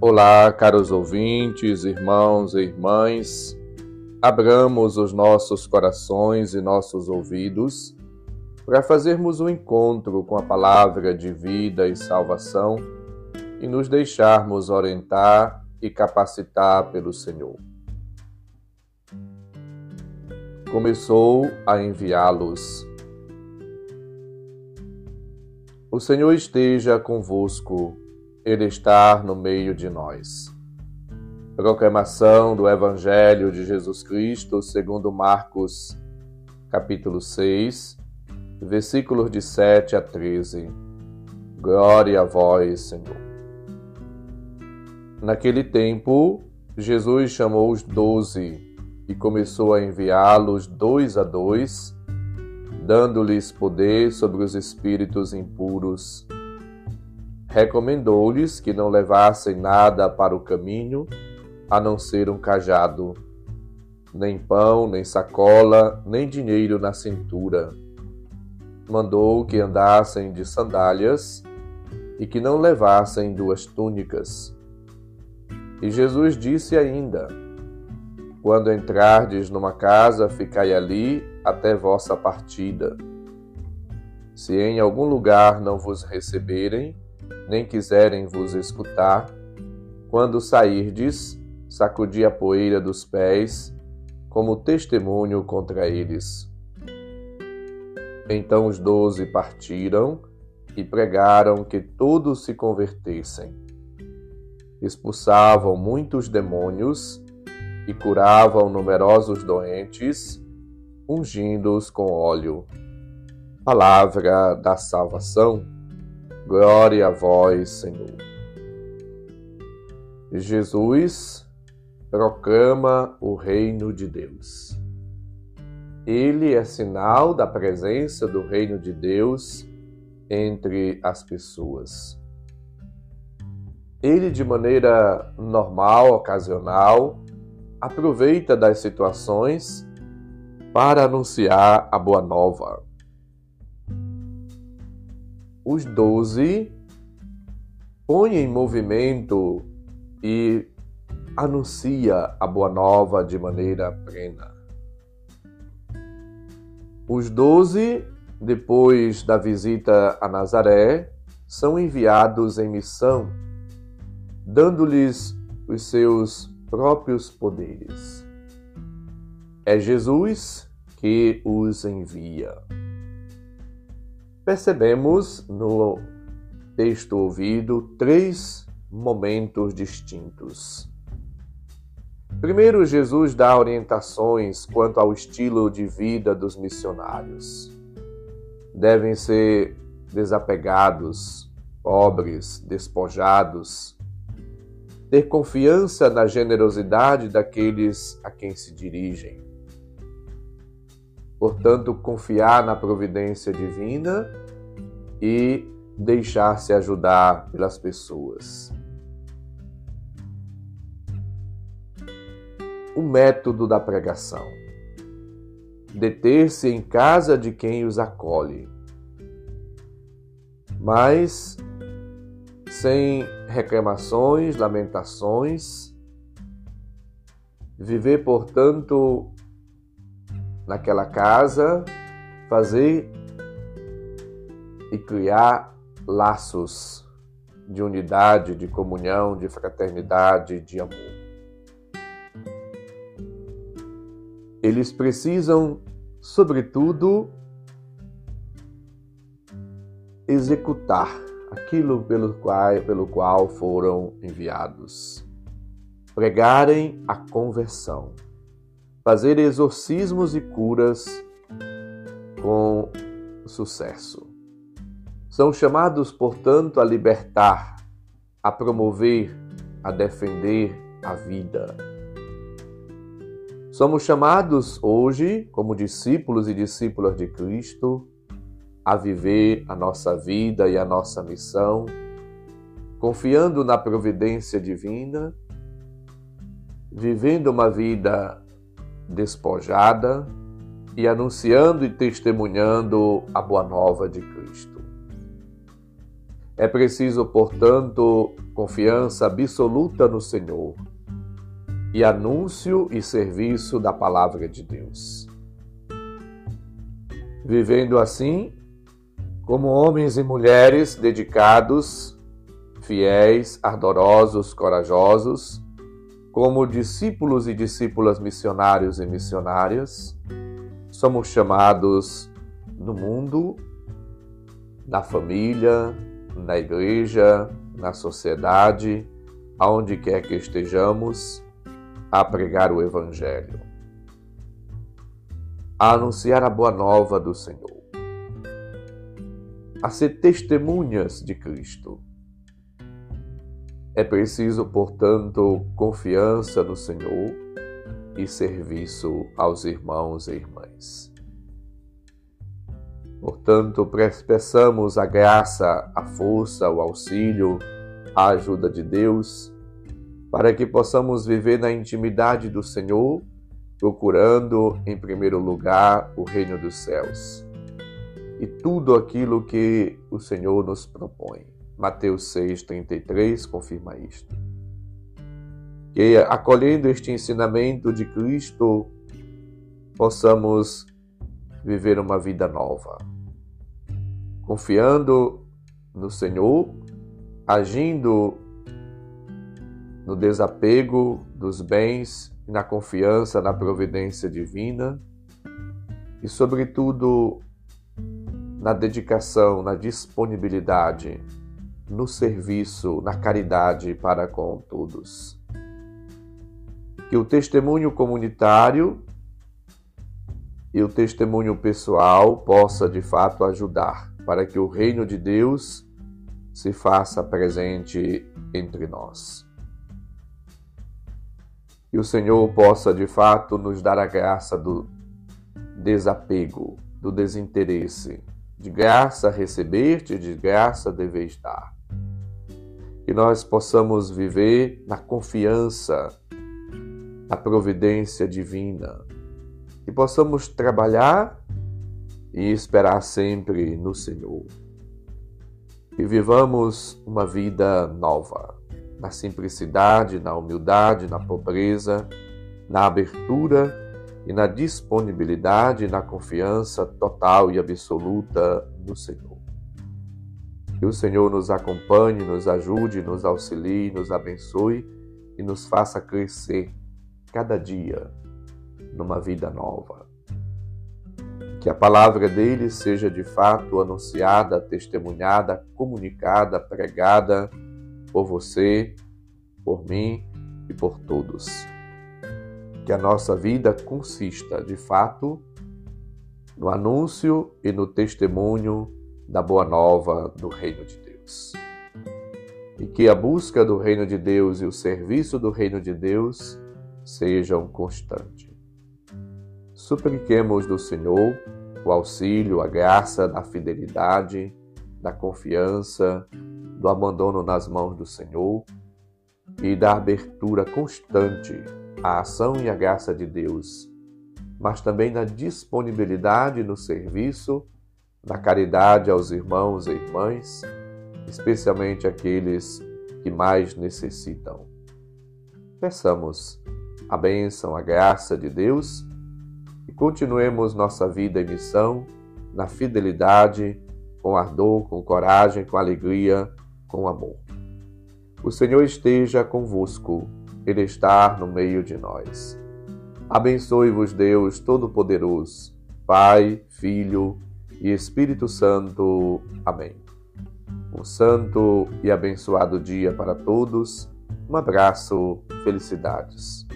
Olá, caros ouvintes, irmãos e irmãs. Abramos os nossos corações e nossos ouvidos para fazermos um encontro com a palavra de vida e salvação e nos deixarmos orientar e capacitar pelo Senhor. Começou a enviá-los. O Senhor esteja convosco. Ele está no meio de nós. Proclamação do Evangelho de Jesus Cristo segundo Marcos, capítulo 6, versículos de 7 a 13. Glória a vós, Senhor. Naquele tempo, Jesus chamou os 12 e começou a enviá-los 2 a 2, dando-lhes poder sobre os espíritos impuros. Recomendou-lhes que não levassem nada para o caminho, a não ser um cajado, nem pão, nem sacola, nem dinheiro na cintura. Mandou que andassem de sandálias e que não levassem 2 túnicas. E Jesus disse ainda: quando entrardes numa casa, ficai ali até vossa partida. Se em algum lugar não vos receberem, nem quiserem vos escutar, quando sairdes, sacudi a poeira dos pés, como testemunho contra eles. Então os 12 partiram e pregaram que todos se convertessem. Expulsavam muitos demônios e curavam numerosos doentes, ungindo-os com óleo. Palavra da salvação. Glória a vós, Senhor. Jesus proclama o reino de Deus. Ele é sinal da presença do reino de Deus entre as pessoas. Ele, de maneira normal, ocasional, aproveita das situações para anunciar a boa nova. Os 12 põem em movimento e anuncia a boa nova de maneira plena. Os 12, depois da visita a Nazaré, são enviados em missão, dando-lhes os seus próprios poderes. É Jesus que os envia. Percebemos no texto ouvido 3 momentos distintos. Primeiro, Jesus dá orientações quanto ao estilo de vida dos missionários. Devem ser desapegados, pobres, despojados, ter confiança na generosidade daqueles a quem se dirigem. Portanto, confiar na providência divina e deixar-se ajudar pelas pessoas. O método da pregação. Deter-se em casa de quem os acolhe, mas sem reclamações, lamentações. Viver, portanto, naquela casa, fazer e criar laços de unidade, de comunhão, de fraternidade, de amor. Eles precisam, sobretudo, executar aquilo pelo qual foram enviados. Pregarem a conversão. Fazer exorcismos e curas com sucesso. São chamados, portanto, a libertar, a promover, a defender a vida. Somos chamados hoje, como discípulos e discípulas de Cristo, a viver a nossa vida e a nossa missão, confiando na providência divina, vivendo uma vida despojada e anunciando e testemunhando a boa nova de Cristo. É preciso, portanto, confiança absoluta no Senhor e anúncio e serviço da palavra de Deus. Vivendo assim, como homens e mulheres dedicados, fiéis, ardorosos, corajosos, como discípulos e discípulas missionários e missionárias, somos chamados no mundo, na família, na igreja, na sociedade, aonde quer que estejamos, a pregar o Evangelho, a anunciar a boa nova do Senhor, a ser testemunhas de Cristo. É preciso, portanto, confiança no Senhor e serviço aos irmãos e irmãs. Portanto, peçamos a graça, a força, o auxílio, a ajuda de Deus, para que possamos viver na intimidade do Senhor, procurando, em primeiro lugar, o reino dos céus e tudo aquilo que o Senhor nos propõe. Mateus 6,33 confirma isto. Que, acolhendo este ensinamento de Cristo, possamos viver uma vida nova, confiando no Senhor, agindo no desapego dos bens e na confiança na providência divina e, sobretudo, na dedicação, na disponibilidade, no serviço, na caridade para com todos. Que o testemunho comunitário e o testemunho pessoal possa, de fato, ajudar para que o reino de Deus se faça presente entre nós. Que o Senhor possa, de fato, nos dar a graça do desapego, do desinteresse, de graça receber-te, de graça deveis dar. Que nós possamos viver na confiança, na providência divina, que possamos trabalhar e esperar sempre no Senhor. Que vivamos uma vida nova, na simplicidade, na humildade, na pobreza, na abertura e na disponibilidade e na confiança total e absoluta no Senhor. Que o Senhor nos acompanhe, nos ajude, nos auxilie, nos abençoe e nos faça crescer cada dia numa vida nova. Que a palavra dele seja de fato anunciada, testemunhada, comunicada, pregada por você, por mim e por todos. Que a nossa vida consista de fato no anúncio e no testemunho da boa nova do reino de Deus. E que a busca do reino de Deus e o serviço do reino de Deus sejam constantes. Supliquemos do Senhor o auxílio, a graça da fidelidade, da confiança, do abandono nas mãos do Senhor e da abertura constante à ação e à graça de Deus, mas também na disponibilidade no serviço, na caridade aos irmãos e irmãs, especialmente aqueles que mais necessitam. Peçamos a bênção, a graça de Deus e continuemos nossa vida e missão na fidelidade, com ardor, com coragem, com alegria, com amor. O Senhor esteja convosco, Ele está no meio de nós. Abençoe-vos Deus Todo-Poderoso, Pai, Filho e Espírito Santo. Amém. Um santo e abençoado dia para todos. Um abraço, felicidades.